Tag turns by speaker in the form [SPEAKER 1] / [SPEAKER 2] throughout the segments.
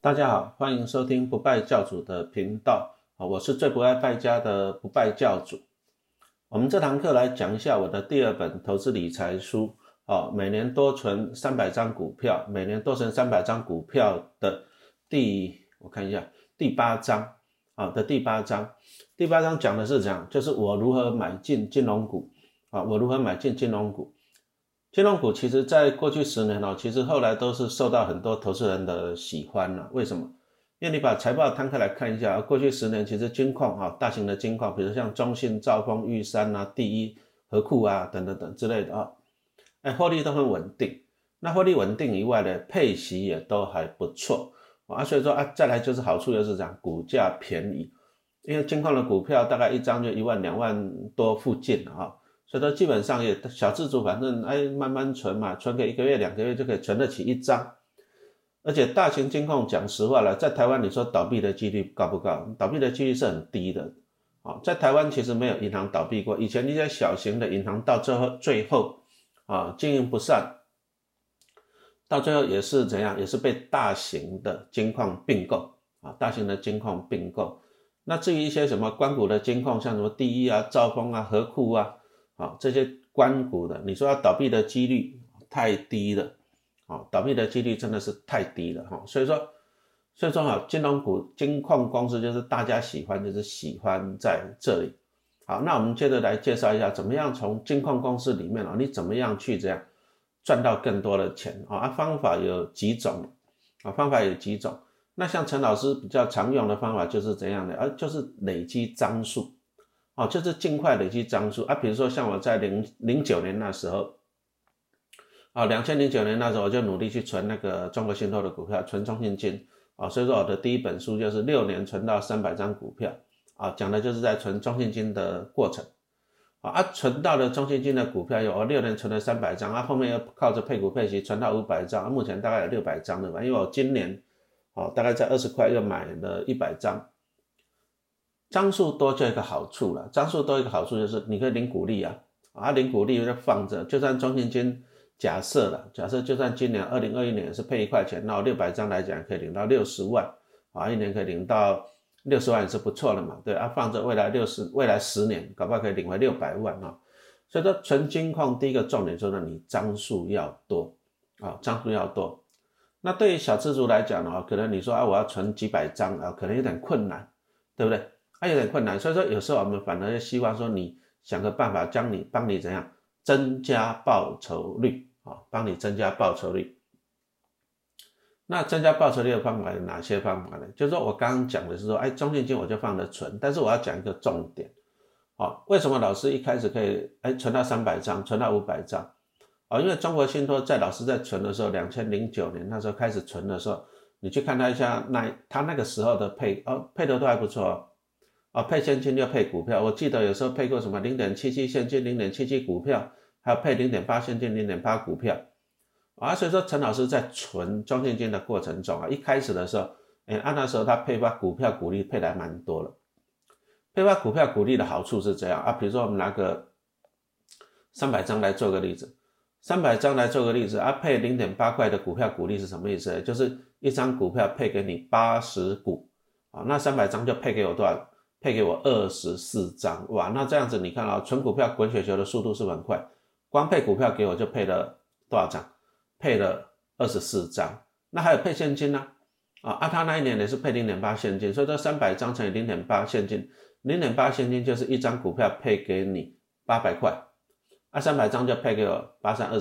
[SPEAKER 1] 大家好，欢迎收听不败教主的频道，我是最不爱败家的不败教主。我们这堂课来讲一下我的第二本投资理财书，每年多存300张股票，每年多存300张股票的我看一下第八章的第八章。第八章讲的是就是我如何买进金融股，我如何买进金融股。金融股其实在过去10年其实后来都是受到很多投资人的喜欢了。为什么？因为你把财报摊开来看一下，过去10年其实金矿大型的金矿，比如像中信、兆丰、玉山第一、和库等等之类的获利都很稳定。那获利稳定以外的配息也都还不错所以说再来就是好处就是股价便宜，因为金矿的股票大概一张就1万2万多附近所以说基本上也小资族反正慢慢存嘛，存个1个月2个月就可以存得起一张。而且大型金控讲实话了，在台湾你说倒闭的几率高不高？倒闭的几率是很低的在台湾其实没有银行倒闭过，以前一些小型的银行到最后经营不善，到最后也是也是被大型的金矿并购大型的金矿并购。那至于一些什么官股的金矿，像什么第一兆丰和库这些官股的，你说要倒闭的几率太低了倒闭的几率真的是太低了所以说金融股金矿公司就是大家喜欢，就是喜欢在这里。好，那我们接着来介绍一下怎么样从金矿公司里面你怎么样去赚到更多的钱方法有几种那像陈老师比较常用的方法就是怎样的就是累积张数就是尽快累积张数比如说像我在2009年那时候2009年那时候我就努力去存那个中国信托的股票，存中信金所以说我的第一本书就是6年存到300张股票讲的就是在存中信金的过程存到了中信金的股票有6年存了300张后面又靠着配股配息存到500张目前大概有600张了吧，因为我今年大概在20块又买了100张。张数多就有一个好处了，张数多一个好处就是你可以领股利领股利就放着，就算中信金假设就算今年2021年是配1块钱，那我600张来讲可以领到60万一年可以领到60万也是不错了嘛，对放着未来10年搞不好可以领回600万所以说存金矿第一个重点就是你张数要多张数要多。那对于小资族来讲可能你说我要存几百张可能有点困难，对不对有点困难，所以说有时候我们反而希望说你想个办法帮你怎样增加报酬率帮你增加报酬率。那增加报酬率的方法有哪些方法呢？就是说我刚刚讲的是说中信金我就放着存，但是我要讲一个重点为什么老师一开始可以存到300张存到500张因为中国信托在老师在存的时候2009年那时候开始存的时候，你去看他一下他那个时候的配的都还不错配现金又配股票，我记得有时候配过什么 0.77 现金 0.77 股票，还有配 0.8 现金 0.8 股票所以说陈老师在存中信金的过程中一开始的时候那时候他配发股票股利配的还蛮多了。配发股票股利的好处是这样比如说我们拿个300张来做个例子，300张来做个例子配 0.8 块的股票股利是什么意思呢？就是一张股票配给你80股那300张就配给我多少？配给我24张。哇，那这样子你看存股票滚雪球的速度是不是很快？光配股票给我就配了多少张？配了24张。那还有配现金呢他那一年也是配 0.8 现金，所以说300张乘以 0.8 现金， 0.8 现金就是一张股票配给你800块300张就配给我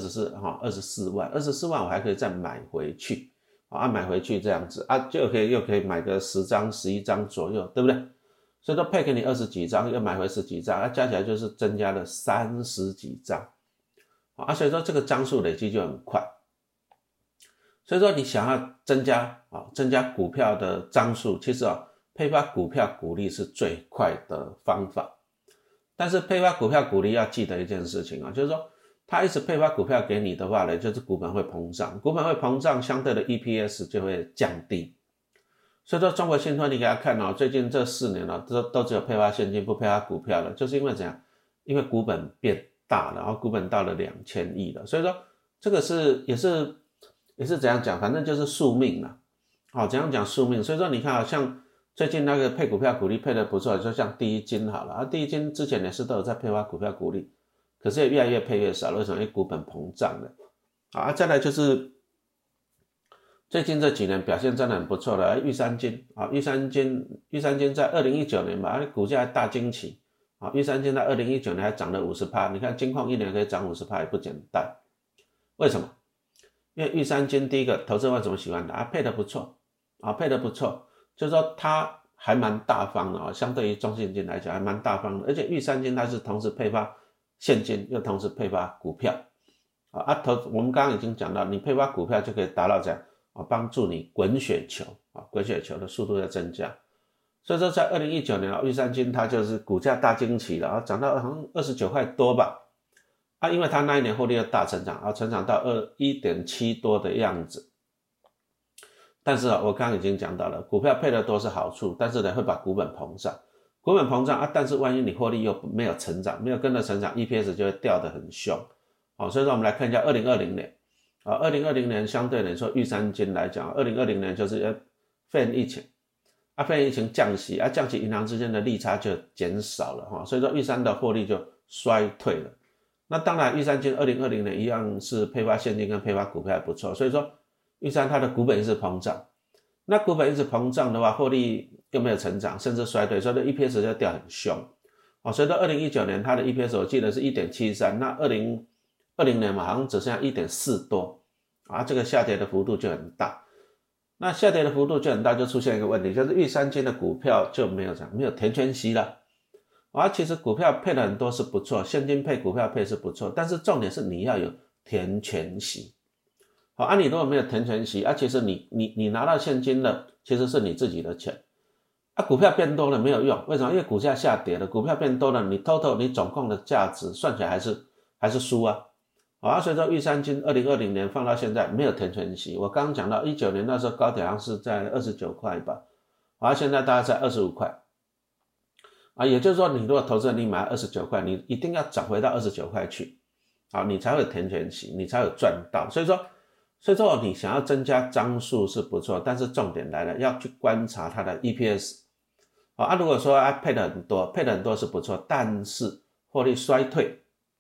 [SPEAKER 1] 8324万，24万我还可以再买回去买回去这样子就又可以买个10张11张左右，对不对？所以说配给你20几张又买回10几张加起来就是增加了30几张所以说这个张数累积就很快。所以说你想要增加股票的张数，其实配发股票股利是最快的方法。但是配发股票股利要记得一件事情就是说他一直配发股票给你的话呢，就是股本会膨胀，股本会膨胀，相对的 EPS 就会降低。所以说中国信托你给他看最近这4年都只有配发现金不配发股票了，就是因为怎样？因为股本变大了，然后股本到了2000亿了，所以说这个也是怎样讲，反正就是宿命怎样讲宿命？所以说你看像最近那个配股票股利配的不错，就像第一金好了第一金之前也是都有在配发股票股利，可是也越来越配越少了，为什么？因为股本膨胀了再来就是最近这几年表现真的很不错的玉山金玉山金在2019年吧，股价还大惊奇玉山金在2019年还涨了 50%， 你看金矿一年可以涨 50% 也不简单。为什么？因为玉山金第一个投资人为什么喜欢它配得不错配得不错，就是说它还蛮大方的相对于中信金来讲还蛮大方的，而且玉山金它是同时配发现金又同时配发股票我们刚刚已经讲到，你配发股票就可以达到这样帮助你滚雪球滚雪球的速度要增加。所以说在2019年玉山金它就是股价大惊奇了涨到好像29块多吧因为它那一年获利又大成长成长到 1.7 多的样子。但是我刚刚已经讲到了，股票配得多是好处，但是呢会把股本膨胀，股本膨胀但是万一你获利又没有成长，没有跟着成长 EPS 就会掉得很凶所以说我们来看一下2020年2020年相对来说玉山金来讲2020年就是肺炎疫情肺炎疫情降息降息银行之间的利差就减少了所以说玉山的获利就衰退了。那当然玉山金2020年一样是配发现金跟配发股票还不错，所以说玉山它的股本一直膨胀，那股本一直膨胀的话获利又没有成长甚至衰退，所以 EPS 就掉很凶所以到2019年它的 EPS 我记得是 1.73， 那2020年嘛好像只剩下 1.4 多这个下跌的幅度就很大。那下跌的幅度就很大，就出现一个问题，就是玉山金的股票就没有填权息了其实股票配的很多是不错，现金配股票配是不错，但是重点是你要有填权息你如果没有填权息其实你拿到现金了其实是你自己的钱股票变多了没有用，为什么？因为股价下跌了，股票变多了，你 total 你总共的价值算起来还是输所以说玉山金2020年放到现在没有填权息，我刚刚讲到19年那时候高点好像是在29块吧现在大概在25块也就是说你如果投资人你买29块，你一定要涨回到29块去你才会有填权息，你才有赚到。所以说你想要增加张数是不错，但是重点来了，要去观察它的 EPS如果说配得很多是不错，但是获利衰退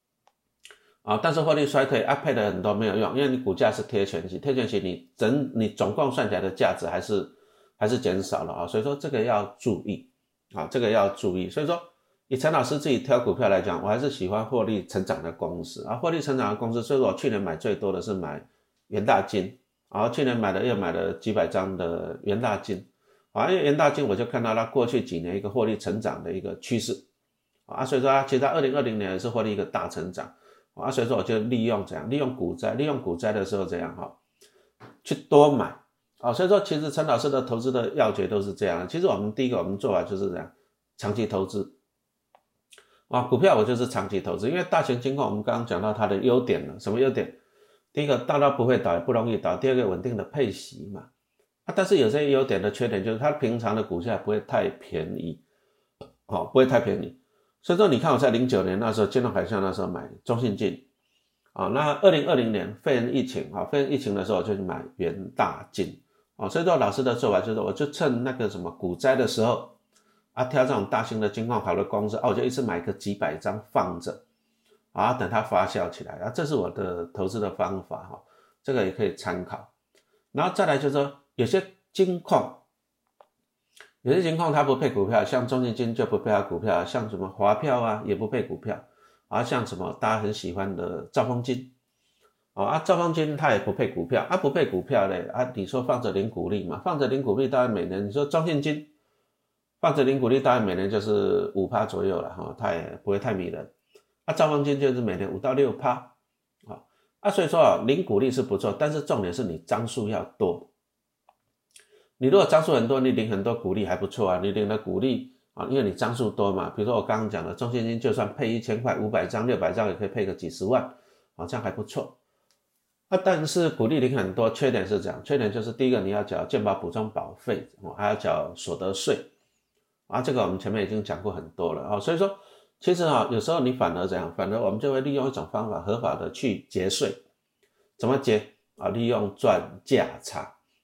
[SPEAKER 1] 配得很多没有用，因为你股价是贴权息，贴权息你总共算起来的价值还是减少了所以说这个要注意这个要注意。所以说以陈老师自己挑股票来讲，我还是喜欢获利成长的公司获利成长的公司，所以说我去年买最多的是买元大金去年又买了几百张的元大金因为元大金我就看到它过去几年一个获利成长的一个趋势所以说其实它2020年也是获利一个大成长所以说我就利用股灾的时候这样去多买所以说其实陈老师的投资的要诀都是这样其实第一个我们做法就是这样，长期投资股票我就是长期投资，因为大型金矿我们刚刚讲到它的优点了，什么优点？第一个大到不会倒也不容易倒，第二个稳定的配息嘛但是有些优点的缺点就是它平常的股价不会太便宜不会太便宜。所以说你看我在09年那时候金融海啸那时候买中信金那2020年肺炎疫情的时候我就去买元大金所以说老师的做法就是我就趁那个什么股灾的时候挑这种大型的金矿好的公司我就一次买个几百张放着等它发酵起来这是我的投资的方法这个也可以参考。然后再来就是说有些金矿它不配股票，像中信金就不配股票，像什么华票也不配股票像什么大家很喜欢的兆丰金兆丰金它也不配股票不配股票嘞你说放着领股利嘛，放着领股利大概每年，你说中信金放着领股利大概每年就是 5% 左右了它也不会太迷人兆丰金就是每年5到 6% 所以说领股利是不错，但是重点是你张数要多。你如果张数很多，你领很多股利还不错你领的股利因为你张数多嘛，比如说我刚刚讲的中信金就算配1000块500张600张也可以配个几十万这样还不错但是股利领很多，缺点是这样，缺点就是第一个你要缴健保补充保费还要缴所得税这个我们前面已经讲过很多了所以说其实有时候你反而怎样，反而我们就会利用一种方法合法的去节税。怎么节利用赚价差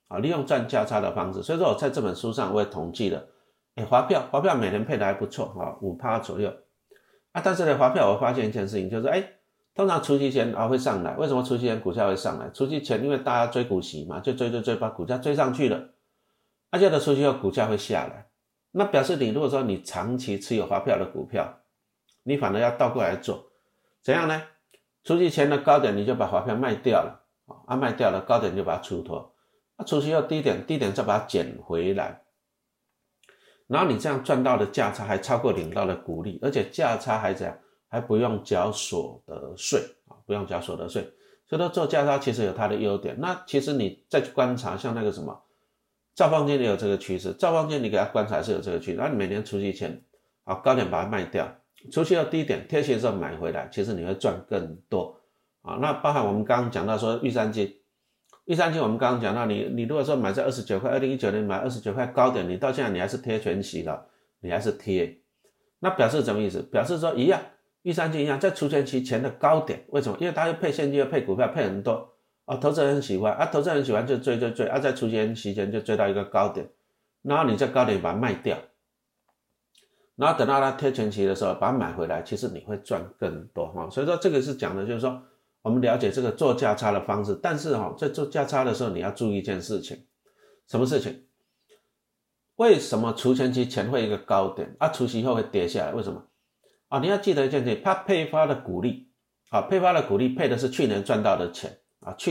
[SPEAKER 1] 利用赚价差的方式。所以说我在这本书上我也统计了，华票每年配的还不错，5% 左右。但是呢，华票我发现一件事情，就是通常除息前会上来。为什么除息前股价会上来？除息前因为大家追股息嘛，就追，把股价追上去了。接着除息后股价会下来，那表示你如果说你长期持有华票的股票，你反而要倒过来做，怎样呢？除息前的高点你就把华票卖掉了，卖掉了，高点就把它出脱，除息后低点再把它捡回来，然后你这样赚到的价差还超过领到的股利，而且价差还怎样？还不用缴所得税，不用缴所得税。所以说做价差其实有它的优点。那其实你再去观察，像那个什么兆丰金也有这个趋势，兆丰金你给它观察是有这个趋势，那你每年除息前高点把它卖掉，除息后低点贴息的时候买回来，其实你会赚更多那包含我们刚刚讲到说玉山金我们刚刚讲到你如果说买在29块，2019年买29块高点，你到现在你还是贴全息了，你还是贴，那表示什么意思？表示说一样，玉山金一样，在除权期前的高点，为什么？因为它又配现金又配股票配很多投资人很喜欢投资人很喜欢就追在除权期前就追到一个高点，然后你在高点把它卖掉，然后等到它贴全期的时候把它买回来，其实你会赚更多所以说这个是讲的就是说我们了解这个做价差的方式，但是在做价差的时候你要注意一件事情，什么事情？为什么除权期前会有一个高点除息后会跌下来？为什么？你要记得一件事情，它配发的股利配发的股利配的是去年赚到的钱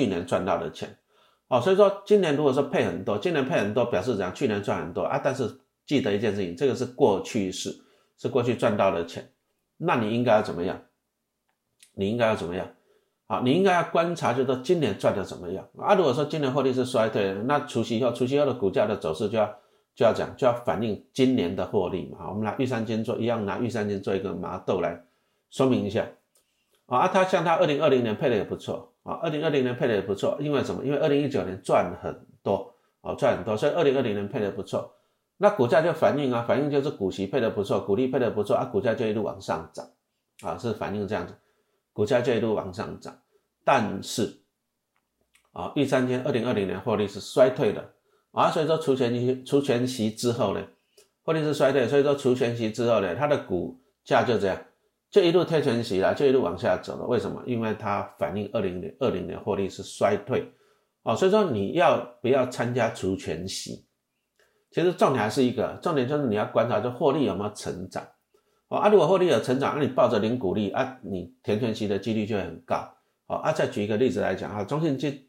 [SPEAKER 1] 所以说今年如果说配很多，表示怎样？去年赚很多但是记得一件事情，这个是过去式，是过去赚到的钱，那你应该要怎么样？你应该要观察，就是说今年赚的怎么样如果说今年获利是衰退的，那除息后的股价的走势就要反映今年的获利嘛我们拿玉山金做一个麻豆来说明一下它像它2020年配的也不错2020年配的也不错，因为什么？因为2019年赚很多所以2020年配的不错，那股价就反映就是股息配的不错，股利配的不错股价就一路往上涨是反映这样子，股价就一路往上涨。但是玉山金2020年获利是衰退的所以说除权息之后呢，获利是衰退，所以说除权息之后呢，它的股价就这样就一路贴全息了，就一路往下走了。为什么？因为它反映2020年获利是衰退所以说你要不要参加除权息？其实重点还是一个，重点就是你要观察这获利有没有成长如果获利有成长你抱着领股利你填权息的几率就会很高再举一个例子来讲中信金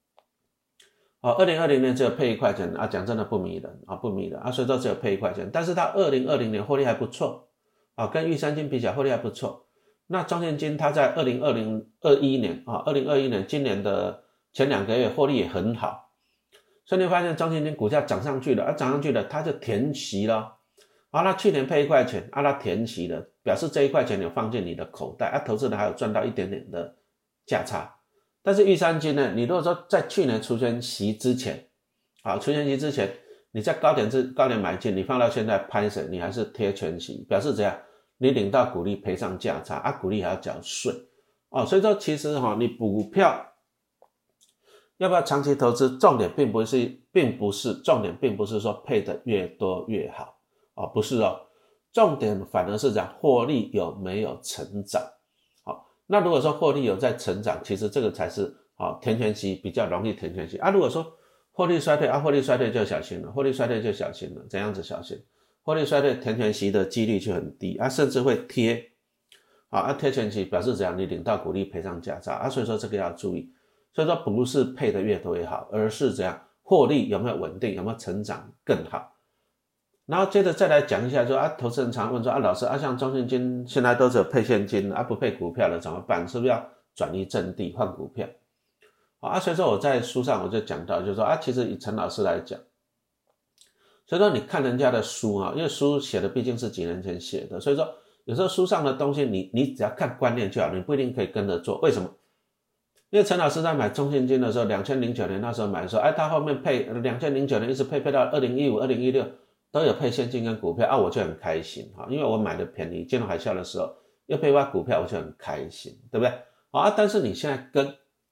[SPEAKER 1] 2020年只有配1块钱讲真的不迷人所以说只有配1块钱，但是它2020年获利还不错跟玉山金比起来获利还不错。那中信金它在2021年今年的前2个月获利也很好，所以你发现中信金股价涨上去了它就填息了那去年配1块钱它填息了，表示这1块钱有放进你的口袋投资人还有赚到一点点的价差。但是玉山金呢，你如果说在去年除权息之前你在高点买进，你放到现在拍水你还是贴全息，表示怎样？你领到股利赔上价差股利还要缴税所以说其实你股票要不要长期投资，重点并不是说配的越多越好不是重点反而是讲获利有没有成长那如果说获利有在成长，其实这个才是填权息比较容易填权息如果说获利衰退就小心了，怎样子小心？获利衰退填权息的几率就很低甚至会贴贴权息表示怎样？你领到股利赔上价差所以说这个要注意。所以说不是配的越多越好，而是怎样？获利有没有稳定，有没有成长更好。然后接着再来讲一下说投资人常问说老师像中信金现在都只有配现金不配股票了怎么办？是不是要转移阵地换股票所以说我在书上我就讲到就是说其实以陈老师来讲，所以说你看人家的书因为书写的毕竟是几年前写的，所以说有时候书上的东西你只要看观念就好，你不一定可以跟着做。为什么？因为陈老师在买中信金的时候2009年那时候买的时候他后面配2009年一直配到2015 2016都有配现金跟股票我就很开心因为我买的便宜，金融海啸的时候又配发股票我就很开心，对不对但是你现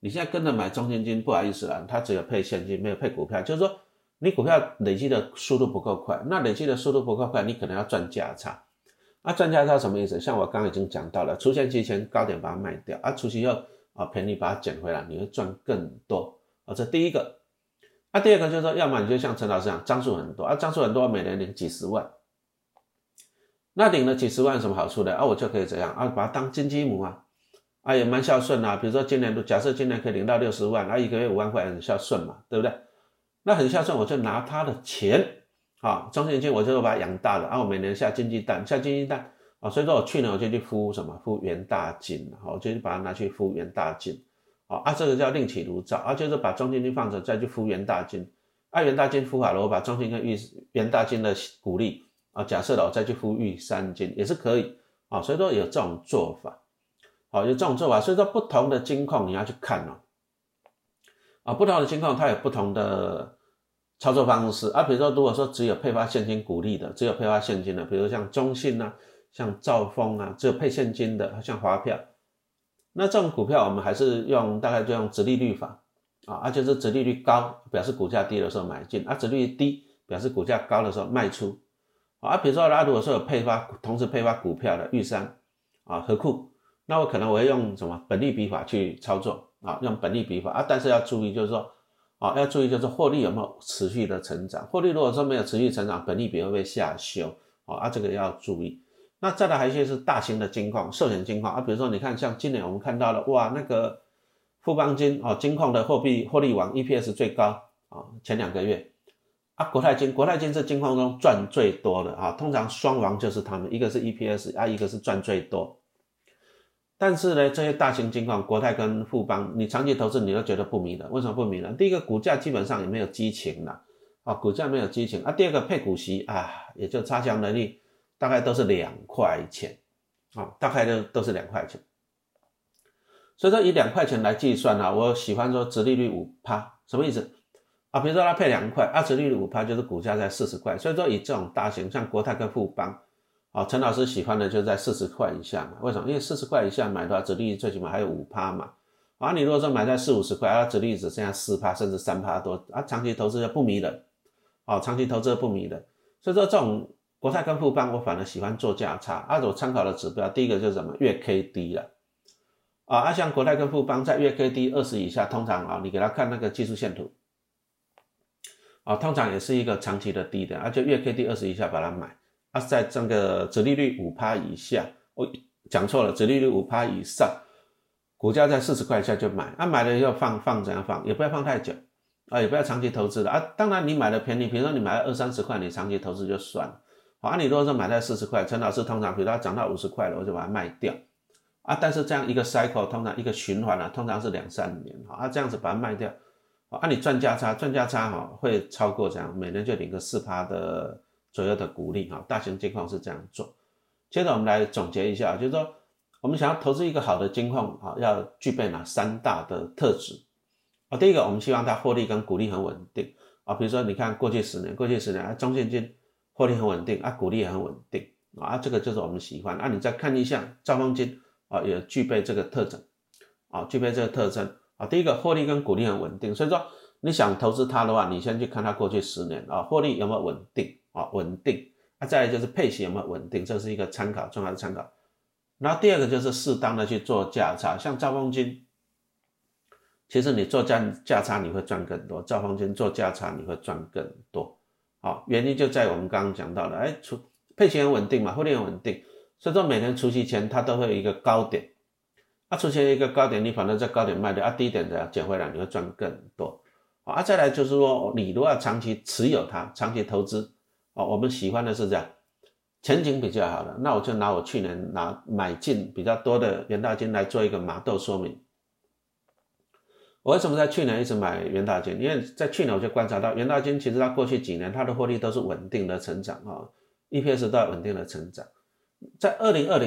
[SPEAKER 1] 你现在跟着买中信金，不好意思啦，它只有配现金没有配股票，就是说你股票累积的速度不够快，那累积的速度不够快，你可能要赚价差。赚价差什么意思？像我刚刚已经讲到了，除权期前高点把它卖掉，除息后便宜把它捡回来，你会赚更多。这第一个。第二个就是说，要么你就像陈老师讲，张数很多张数很多，每年领几十万。那领了几十万有什么好处呢？我就可以怎样把它当金鸡母也蛮孝顺比如说今年假设今年可以领到60万一个月5万块，很孝顺嘛，对不对？那很孝顺，我就拿他的钱中信金我就把它养大了我每年下金鸡蛋所以说我去年我就去付元大金我就把它拿去付元大金这个叫另起炉灶就是把中信金放着再去付元大金元大金付好了，我把中信跟元大金的股利假设我再去付玉山金也是可以所以说有这种做法有这种做法，所以说不同的金控你要去看不同的金控它有不同的操作方式比如说如果说只有配发现金股利的，只有配发现金的，比如像中信像兆丰只有配现金的，像华票，那这种股票我们还是大概就用殖利率法就是殖利率高表示股价低的时候买进殖利率低表示股价高的时候卖出比如说如果说有同时配发股票的玉山和库，那我可能我会用本利比法去操作用本利比法但是要注意就是说就是获利有没有持续的成长，获利如果说没有持续成长，本利比会被下修这个要注意。那再来还有一些是大型的金矿寿险金矿比如说你看像今年我们看到了那个富邦金金矿的获利王 EPS 最高前2个月国泰金是金矿中赚最多的通常双王就是他们，一个是 EPS 一个是赚最多。但是呢，这些大型金矿国泰跟富邦，你长期投资你都觉得不迷人，为什么不迷人？第一个股价基本上也没有激情了股价没有激情第二个配股息也就差强人意，大概都是2块钱大概都是2块钱。所以说以2块钱来计算我喜欢说殖利率 5%， 什么意思比如说它配2块殖利率 5% 就是股价在40块，所以说以这种大型像国泰跟富邦陈老师喜欢的就在40块以下嘛，为什么？因为40块以下买的话殖利率最起码还有 5% 嘛你如果说买在40-50块殖利率只剩下 4% 甚至 3% 多长期投资就不迷人长期投资就不迷人。所以说这种国泰跟富邦我反而喜欢做价差我参考的指标第一个就是什么月 K D 了像国泰跟富邦在月 K D 20以下，通常你给他看那个技术线图通常也是一个长期的低点就月 K D 20以下把它买在这个殖利率 5% 以下，我讲错了，殖利率 5% 以上，股价在40块以下就买买了以后放怎样放，也不要放太久也不要长期投资了当然你买的便宜，比如说你买了20-30块，你长期投资就算了你如果说买在40块，陈老师通常比如它涨到50块了，我就把它卖掉但是这样一个 cycle 通常一个循环通常是2-3年这样子把它卖掉你赚价差会超过这样，每年就领个 4% 的左右的股利大型金矿是这样做。接着我们来总结一下，就是说我们想要投资一个好的金矿要具备哪3大的特质第一个我们希望它获利跟股利很稳定比如说你看过去10年中信金获利很稳定股利也很稳定这个就是我们喜欢你再看一下兆丰金也具备这个特征具备这个特征第一个获利跟股利很稳定，所以说你想投资它的话，你先去看它过去10年获利有没有稳定稳定再来就是配息有没有稳定，这是一个参考，重要的参考。然后第二个就是适当的去做价差，像兆丰金其实你做价差你会赚更多，兆丰金做价差你会赚更多原因就在我们刚刚讲到的配息很稳定嘛，获利很稳定，所以说每年除息前它都会有一个高点除息前一个高点，你反正在高点卖掉低点的捡回来你会赚更多再来就是说你如果要长期持有它，长期投资我们喜欢的是这样前景比较好的，那我就拿我去年买进比较多的元大金来做一个麻豆说明。我为什么在去年一直买元大金？因为在去年我就观察到元大金其实它过去几年它的获利都是稳定的成长EPS 都有稳定的成长。在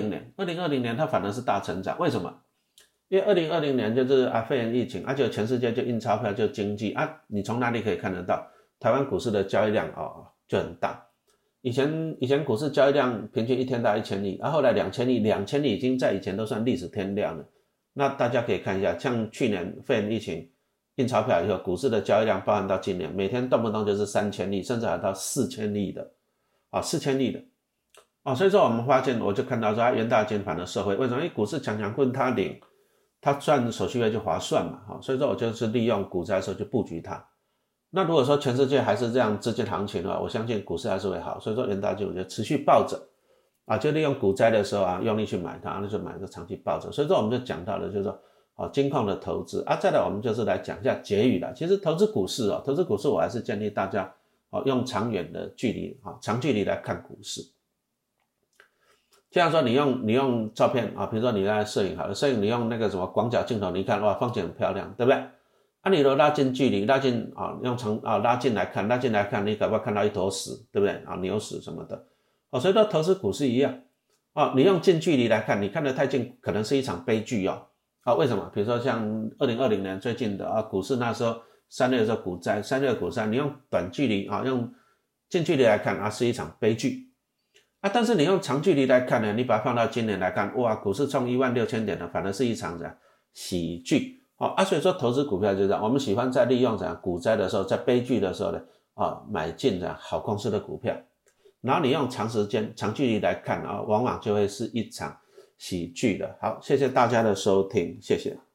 [SPEAKER 1] 2020年它反而是大成长，为什么？因为2020年就是肺炎疫情就全世界就印钞票就经济你从哪里可以看得到台湾股市的交易量就很大。以前股市交易量平均一天大概1000亿后来2000亿已经在以前都算历史天量了。 那大家可以看一下，像去年肺炎疫情印钞票以后，股市的交易量包含到今年，每天动不动就是3000亿，甚至还到4000亿的，4000亿的。所以说我们发现，我就看到说元大金反而受惠，为什么？因为股市强强棍它领，它赚手续费就划算嘛，所以说我就是利用股灾的时候就布局它。那如果说全世界还是这样资金行情的话，我相信股市还是会好，所以说元大金我就持续抱着就利用股灾的时候用力去买它，那就买个长期抱着。所以说我们就讲到了就是说金矿的投资再来我们就是来讲一下结语了。其实投资股市我还是建议大家用长远的距离长距离来看股市。就像说你用照片比如说你在摄影好了，摄影你用那个什么广角镜头，你看哇风景很漂亮，对不对？你如果拉近距离，拉近用拉近来看，你搞不好看到一坨屎，对不对？牛屎什么的所以说投资股市一样你用近距离来看，你看得太近可能是一场悲剧为什么？比如说像2020年最近的股市那时候3月的时候股灾，3月股灾，你用短距离用近距离来看是一场悲剧但是你用长距离来看呢，你把它放到今年来看，哇，股市创16000点了，反而是一场喜剧所以说投资股票就是这样，我们喜欢在利用股灾的时候，在悲剧的时候呢买进好公司的股票，然后你用长时间长距离来看往往就会是一场喜剧的。好，谢谢大家的收听，谢谢。